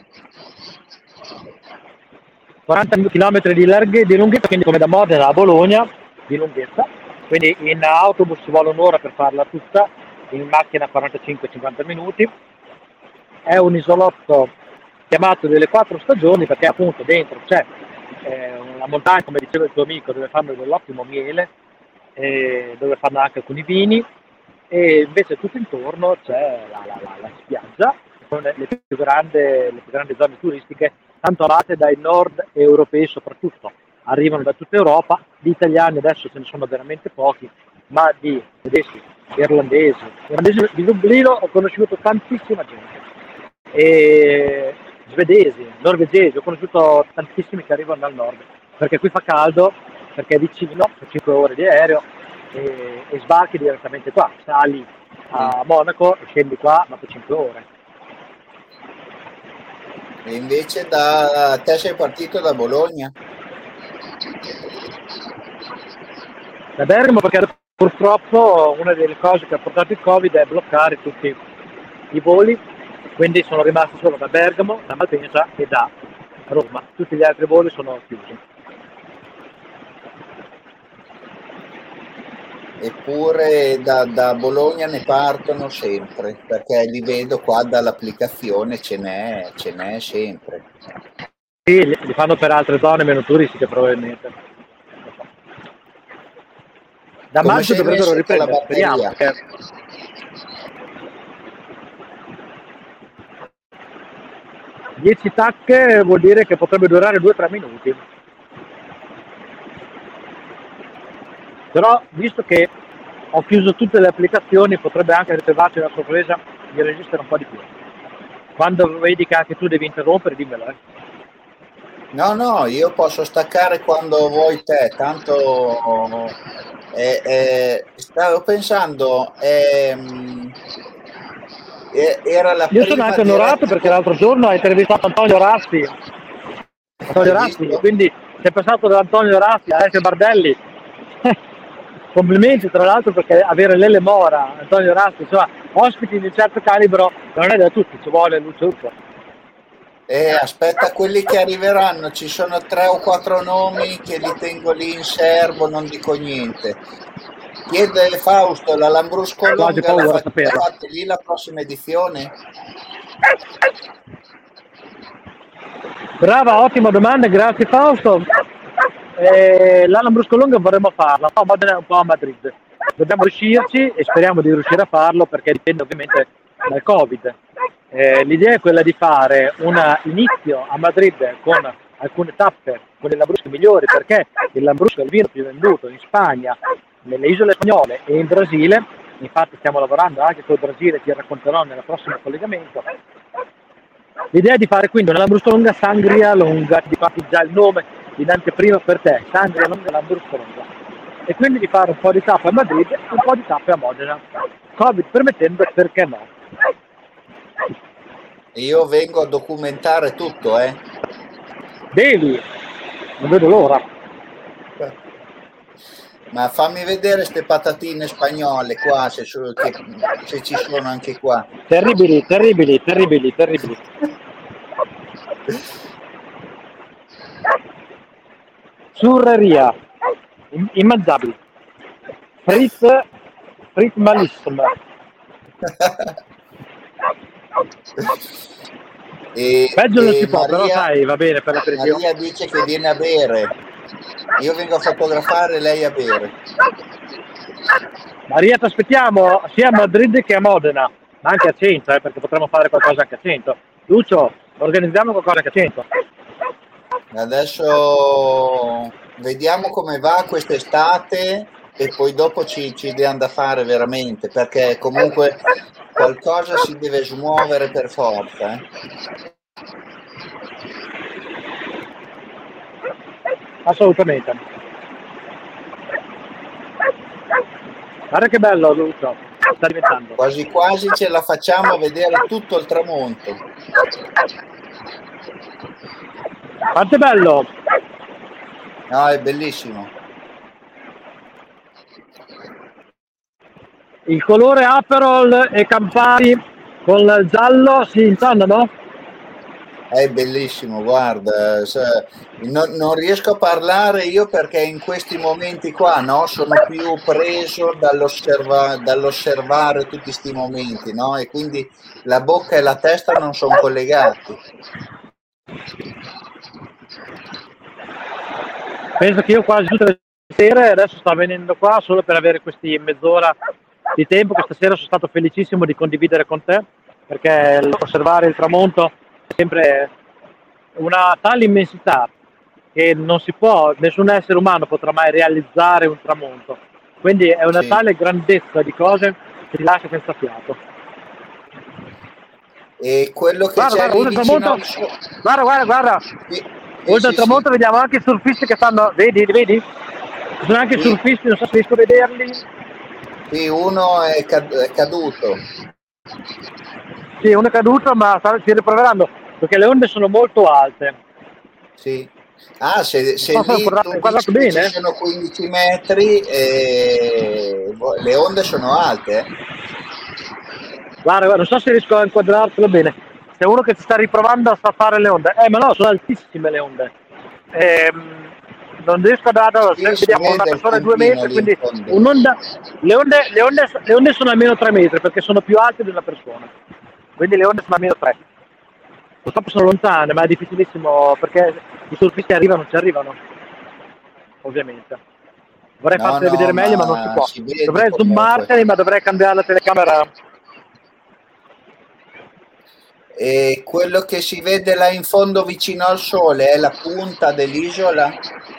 40 km di lunghezza, quindi come da Modena a Bologna di lunghezza, quindi in autobus ci vuole un'ora per farla tutta, in macchina 45-50 minuti. È un isolotto chiamato delle 4 stagioni perché appunto dentro c'è una montagna, come diceva il tuo amico, dove fanno dell'ottimo miele, dove fanno anche alcuni vini, e invece tutto intorno c'è la spiaggia con le più grandi zone turistiche, tanto amate dai nord europei soprattutto. Arrivano da tutta Europa, di italiani adesso ce ne sono veramente pochi, ma di tedeschi, irlandesi di Dublino ho conosciuto tantissima gente, e svedesi, norvegesi, ho conosciuto tantissimi che arrivano dal nord, perché qui fa caldo, perché è vicino, 5 ore di aereo, e sbarchi direttamente qua, sali a Monaco e scendi qua dopo 5 ore. E invece da te sei partito da Bologna? Da Bergamo, perché purtroppo una delle cose che ha portato il Covid è bloccare tutti i voli, quindi sono rimasto solo da Bergamo, da Malpensa e da Roma. Tutti gli altri voli sono chiusi. Eppure da Bologna ne partono sempre, perché li vedo qua dall'applicazione, ce n'è sempre. Sì, li fanno per altre zone meno turistiche probabilmente. Da Come maggio sei dovrebbero messo con la riprendere, speriamo. batteria? 10 tacche vuol dire che potrebbe durare 2-3 minuti. Però, visto che ho chiuso tutte le applicazioni, potrebbe anche riservarci la sorpresa di resistere un po' di più. Quando vedi che anche tu devi interrompere, dimmelo. No, io posso staccare quando vuoi te, tanto stavo pensando, era la Io sono prima anche onorato diretta perché l'altro giorno hai intervistato Antonio Rassi, quindi sei passato da Antonio Rassi a Alessio Bardelli. Complimenti tra l'altro, perché avere Lele Mora, Antonio Rassi, insomma, ospiti di un certo calibro non è da tutti, ci vuole Lucio Urso. Aspetta quelli che arriveranno, ci sono 3 o 4 nomi che li tengo lì in serbo, non dico niente. Chiede Fausto, la Lambrusco Quasi Longa la paura a saperlo. fate lì la prossima edizione? Brava, ottima domanda, grazie Fausto. La Lambrusco Longa vorremmo farla, ma Modena è un po' a Madrid. Dobbiamo riuscirci e speriamo di riuscire a farlo, perché dipende ovviamente dal Covid. L'idea è quella di fare un inizio a Madrid con alcune tappe con i lambruschi migliori, perché il lambrusco è il vino più venduto in Spagna, nelle isole spagnole e in Brasile. Infatti stiamo lavorando anche col Brasile, ti racconterò nel prossimo collegamento. L'idea è di fare quindi una Lambrusco Longa Sangria Longa, di fatti già il nome in anteprima per te, Sangria Longa Lambrusco Longa, e quindi di fare un po' di tappe a Madrid e un po' di tappe a Modena, Covid permettendo, perché no. Io vengo a documentare tutto, Devi, non vedo l'ora. Ma fammi vedere ste patatine spagnole qua, se ci sono anche qua. Terribili. Surreria, immangiabili. Frit malissimo. Peggio non si può, Maria, però sai, va bene per l'aperitivo. Maria dice che viene a bere. Io vengo a fotografare, lei a bere. Maria, ti aspettiamo sia a Madrid che a Modena, ma anche a Cento, perché potremmo fare qualcosa anche a Cento. Lucio, organizziamo qualcosa anche a Cento. Adesso vediamo come va quest'estate e poi dopo ci diamo da fare veramente, perché comunque qualcosa si deve smuovere per forza. Assolutamente. Guarda che bello, Lucio, sta diventando. Quasi quasi ce la facciamo a vedere tutto il tramonto. Quanto è bello! No, è bellissimo. Il colore Aperol e Campari con il giallo si intonano? È bellissimo, guarda, non riesco a parlare io perché in questi momenti qua, no, sono più preso dall'osservare tutti questi momenti, no? E quindi la bocca e la testa non sono collegati. Penso che io quasi tutte le sere adesso sto venendo qua solo per avere questi mezz'ora di tempo, che stasera sono stato felicissimo di condividere con te, perché osservare il tramonto è sempre una tale immensità che non si può, nessun essere umano potrà mai realizzare un tramonto. Quindi è una Sì. tale grandezza di cose che ti lascia senza fiato. E quello che Guarda, c'è guarda, lì oltre il vicino tramonto, al sole. guarda. Sì, sì, Oltre sì, al sì, tramonto vediamo anche i surfisti che stanno, vedi? Ci sono anche i sì, surfisti, non so se riesco a vederli. sì, uno è caduto. Sì, uno è caduto, ma si riproveranno perché le onde sono molto alte. Sì. Ah, se Non so se lì tu inquadrato dici che ci bene. sono 15 metri, le onde sono alte, eh? Guarda, non so se riesco a inquadrartelo bene. C'è uno che si sta riprovando a fare le onde. Ma no, sono altissime le onde. Non riesco a dare, Sì, si vediamo una vede il persona a 2 puntino metri, lì in quindi fondo. un'onda, le onde sono almeno 3 metri perché sono più alte di una persona. Quindi le onde sono almeno 3. Purtroppo sono lontane, ma è difficilissimo perché i surfisti arrivano, ci arrivano, ovviamente. Vorrei No, fartele no, vedere meglio, ma non si ma può. si vede Dovrei comunque. zoomarteli, ma dovrei cambiare la telecamera. E quello che si vede là in fondo vicino al sole è la punta dell'isola?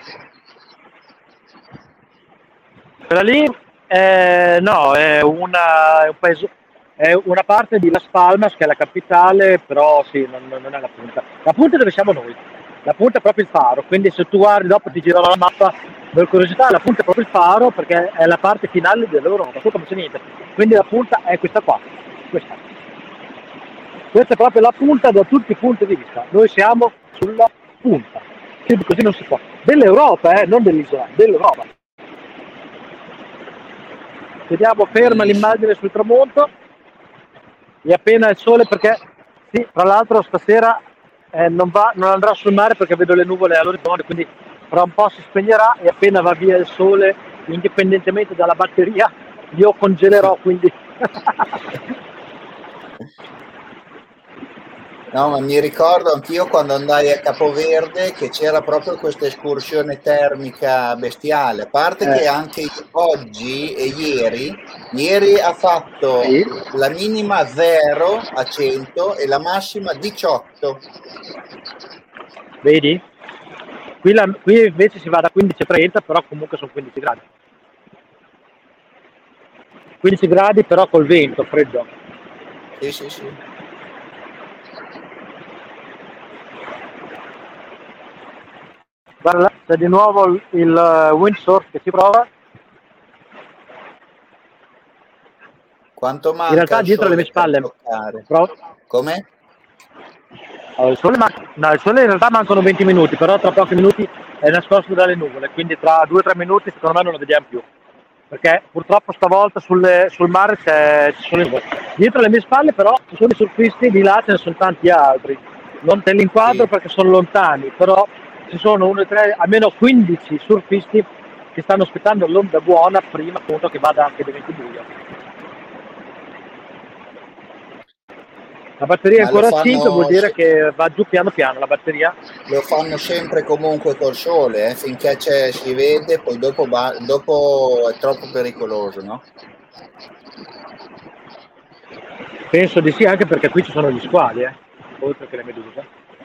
Quella lì, no, è un paese, è una parte di Las Palmas che è la capitale, però sì, non è la punta. La punta è dove siamo noi, la punta è proprio il faro, quindi se tu guardi dopo ti girerò la mappa per curiosità, la punta è proprio il faro perché è la parte finale dell'Europa, sotto non c'è niente. Quindi la punta è questa qua, questa. Questa è proprio la punta da tutti i punti di vista. Noi siamo sulla punta, quindi così non si può. Dell'Europa, non dell'isola, dell'Europa. Vediamo ferma Bellissimo. l'immagine sul tramonto e appena il sole, perché sì, tra l'altro stasera non andrà sul mare perché vedo le nuvole all'orizzonte, quindi fra un po' si spegnerà e appena va via il sole, indipendentemente dalla batteria, io congelerò, quindi No, ma mi ricordo anch'io quando andai a Capoverde che c'era proprio questa escursione termica bestiale, a parte che anche oggi e ieri ha fatto sì, la minima 0 a 100 e la massima 18. vedi? Qui invece si va da 15 a 30, però comunque sono 15 gradi. 15 gradi però col vento, freddo. Sì, sì, sì. Guarda, c'è di nuovo il windsurf che si prova. Quanto In manca realtà al dietro alle mie sole per spalle. toccare? Però, Come? il sole, no, il sole in realtà mancano 20 minuti, però tra pochi minuti è nascosto dalle nuvole, quindi tra 2-3 minuti secondo me non lo vediamo più. Perché purtroppo stavolta sul mare ci sono le nuvole. Dietro alle mie spalle però ci sono i surfisti, di là ce ne sono tanti altri. Non te li inquadro Sì. perché sono lontani, però ci sono 1, 3, almeno 15 surfisti che stanno aspettando l'onda buona prima appunto che vada anche diventi buio. La batteria è Ma ancora a 5, vuol dire che va giù piano piano la batteria. lo fanno sempre comunque col sole, finché si vede, poi dopo è troppo pericoloso, no? Penso di sì, anche perché qui ci sono gli squali, oltre che le meduse.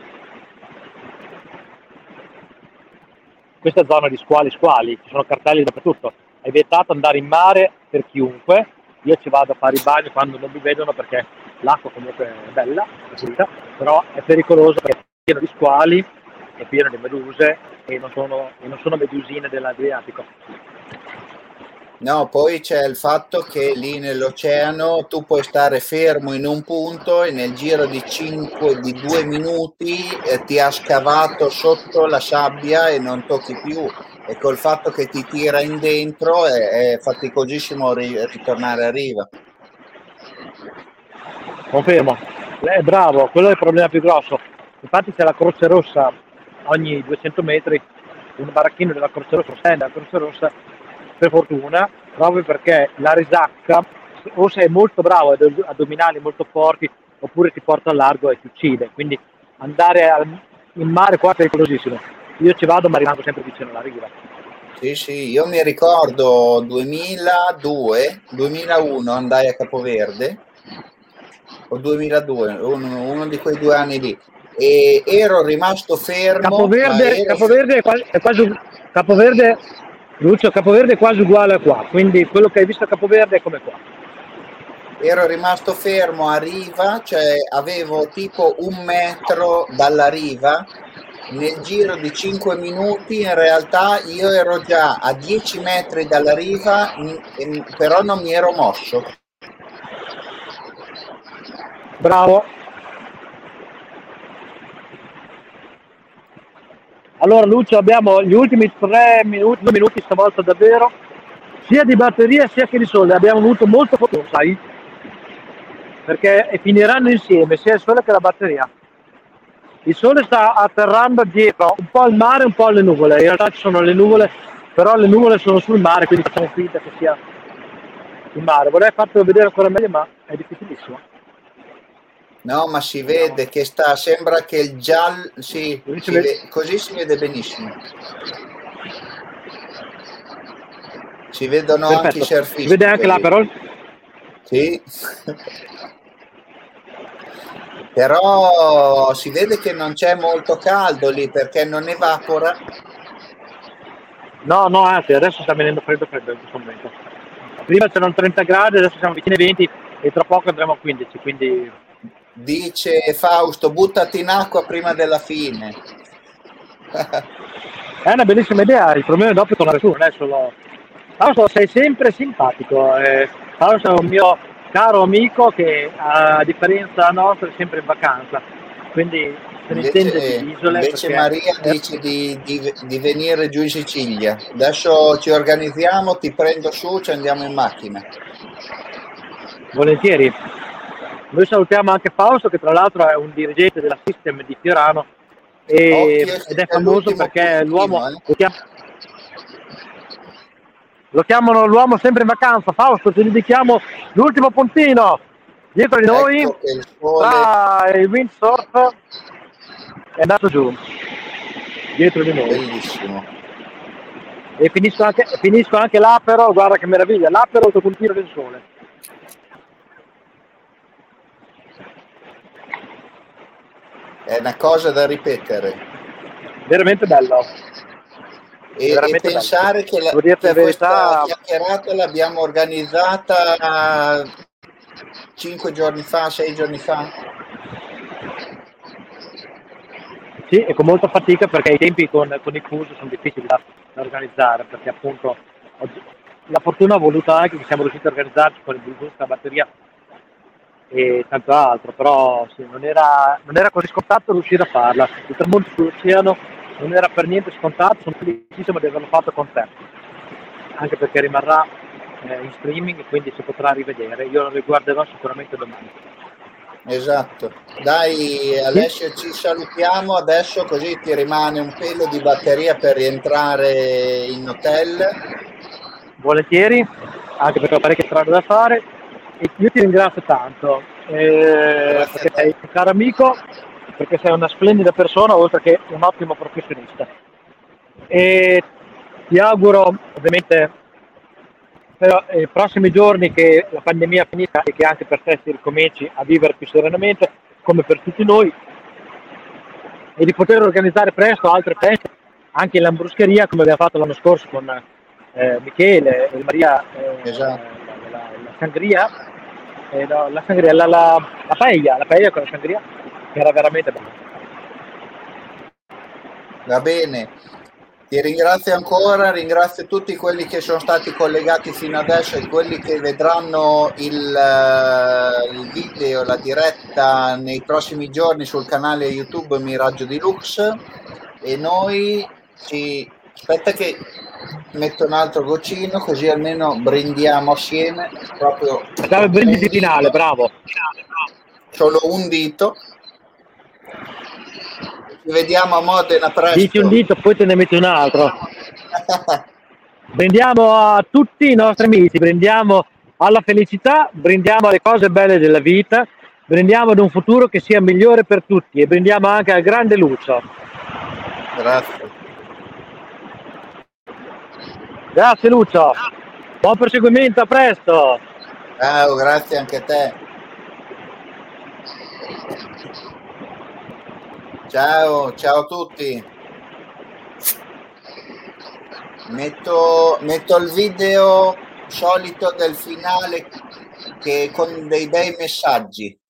Questa è zona di squali, ci sono cartelli dappertutto. È vietato andare in mare per chiunque. Io ci vado a fare i bagni quando non mi vedono perché l'acqua comunque è bella, è pulita, però è pericoloso perché è pieno di squali, è pieno di meduse e non sono medusine dell'Adriatico. No, poi c'è il fatto che lì nell'oceano tu puoi stare fermo in un punto e nel giro di 2 minuti ti ha scavato sotto la sabbia e non tocchi più. E col fatto che ti tira in dentro è faticosissimo ritornare a riva. Confermo. Bravo, quello è il problema più grosso. Infatti c'è la Croce Rossa ogni 200 metri, un baracchino della Croce Rossa, stand della Croce Rossa, per fortuna, proprio perché la risacca, o sei molto bravo ad addominali molto forti, oppure ti porta al largo e ti uccide. Quindi andare in mare qua è pericolosissimo. Io ci vado ma rimango sempre vicino alla riva. Sì, sì, io mi ricordo 2002, 2001 andai a Capoverde, o 2002, uno di quei 2 anni lì, e ero rimasto fermo, ma Capoverde, Lucio, Capoverde è quasi uguale a qua, quindi quello che hai visto a Capoverde è come qua. ero rimasto fermo a riva, cioè avevo tipo 1 metro dalla riva. Nel giro di 5 minuti in realtà io ero già a 10 metri dalla riva, però non mi ero mosso. Bravo. Allora Lucio, abbiamo gli ultimi 2 minuti stavolta davvero, sia di batteria sia che di sole, abbiamo avuto molto fortuna, sai? Perché finiranno insieme sia il sole che la batteria. Il sole sta atterrando dietro un po' al mare e un po' alle nuvole, in realtà ci sono le nuvole, però le nuvole sono sul mare, quindi facciamo finta che sia il mare. Vorrei fartelo vedere ancora meglio, ma è difficilissimo. No, ma si Vediamo. vede che sembra che il giallo, sì, così si vede benissimo. Si vedono anche i Perfetto, surfisti. si vede anche là quelli. però. Sì. Però si vede che non c'è molto caldo lì perché non evapora. No, anzi, adesso sta venendo freddo in questo momento. Prima c'erano 30 gradi, adesso siamo vicini ai 20 e tra poco andremo a 15, quindi... Dice Fausto, buttati in acqua prima della fine. È una bellissima idea, il problema è dopo tornare su, non è solo... Fausto, sei sempre simpatico. Fausto è un mio caro amico che a differenza nostra è sempre in vacanza, quindi se ne intende di isole Invece perché... Maria dice di venire giù in Sicilia. Adesso ci organizziamo, ti prendo su, ci andiamo in macchina. Volentieri. Noi salutiamo anche Fausto che tra l'altro è un dirigente della System di Fiorano ed è famoso perché l'uomo lo chiamano l'uomo sempre in vacanza. Fausto, ti dedichiamo l'ultimo puntino dietro di noi, ecco che il sole... tra il windsurf è andato giù dietro di noi. Bellissimo. E finisco anche l'Apero, guarda che meraviglia, l'Apero dopo un tiro del sole. È una cosa da ripetere. Veramente bello. E pensare che, questa chiacchierata l'abbiamo organizzata 5 giorni fa, 6 giorni fa. Sì, e con molta fatica perché i tempi con i fusi sono difficili da organizzare, perché appunto oggi, la fortuna ha voluto anche che siamo riusciti a organizzarci con il Bluetooth, la batteria e tanto altro, però sì, non era così scontato riuscire a farla. Il tramonto sull'oceano non era per niente scontato, sono felicissimo di averlo fatto con te, anche perché rimarrà in streaming, quindi si potrà rivedere. Io lo riguarderò sicuramente domani. Esatto. Dai Alessio, ci salutiamo adesso così ti rimane un pelo di batteria per rientrare in hotel. Volentieri, anche perché ho parecchie strade da fare. E io ti ringrazio tanto perché sei un caro amico, perché sei una splendida persona oltre che un ottimo professionista. E ti auguro ovviamente per i prossimi giorni che la pandemia finisca e che anche per te si ricominci a vivere più serenamente come per tutti noi e di poter organizzare presto altre feste anche in Lambruscheria come abbiamo fatto l'anno scorso con Michele e Maria, esatto. la sangria, la paella con la sangria che era veramente bella. Va bene, Ti ringrazio ancora, ringrazio tutti quelli che sono stati collegati fino adesso e quelli che vedranno il video, la diretta nei prossimi giorni sul canale YouTube Miraggio di Lux. E noi aspetta che metto un altro goccino così almeno brindiamo assieme. Proprio il brindisi finale, bravo. Solo un dito. Ci vediamo a Modena presto. Dici un dito, poi te ne metti un altro. Brindiamo a tutti i nostri amici, brindiamo alla felicità, brindiamo alle cose belle della vita, brindiamo ad un futuro che sia migliore per tutti e brindiamo anche al grande Lucio. Grazie. Grazie Lucio. Buon proseguimento, a presto. Ciao, grazie anche a te. Ciao a tutti. Metto il video solito del finale che con dei bei messaggi.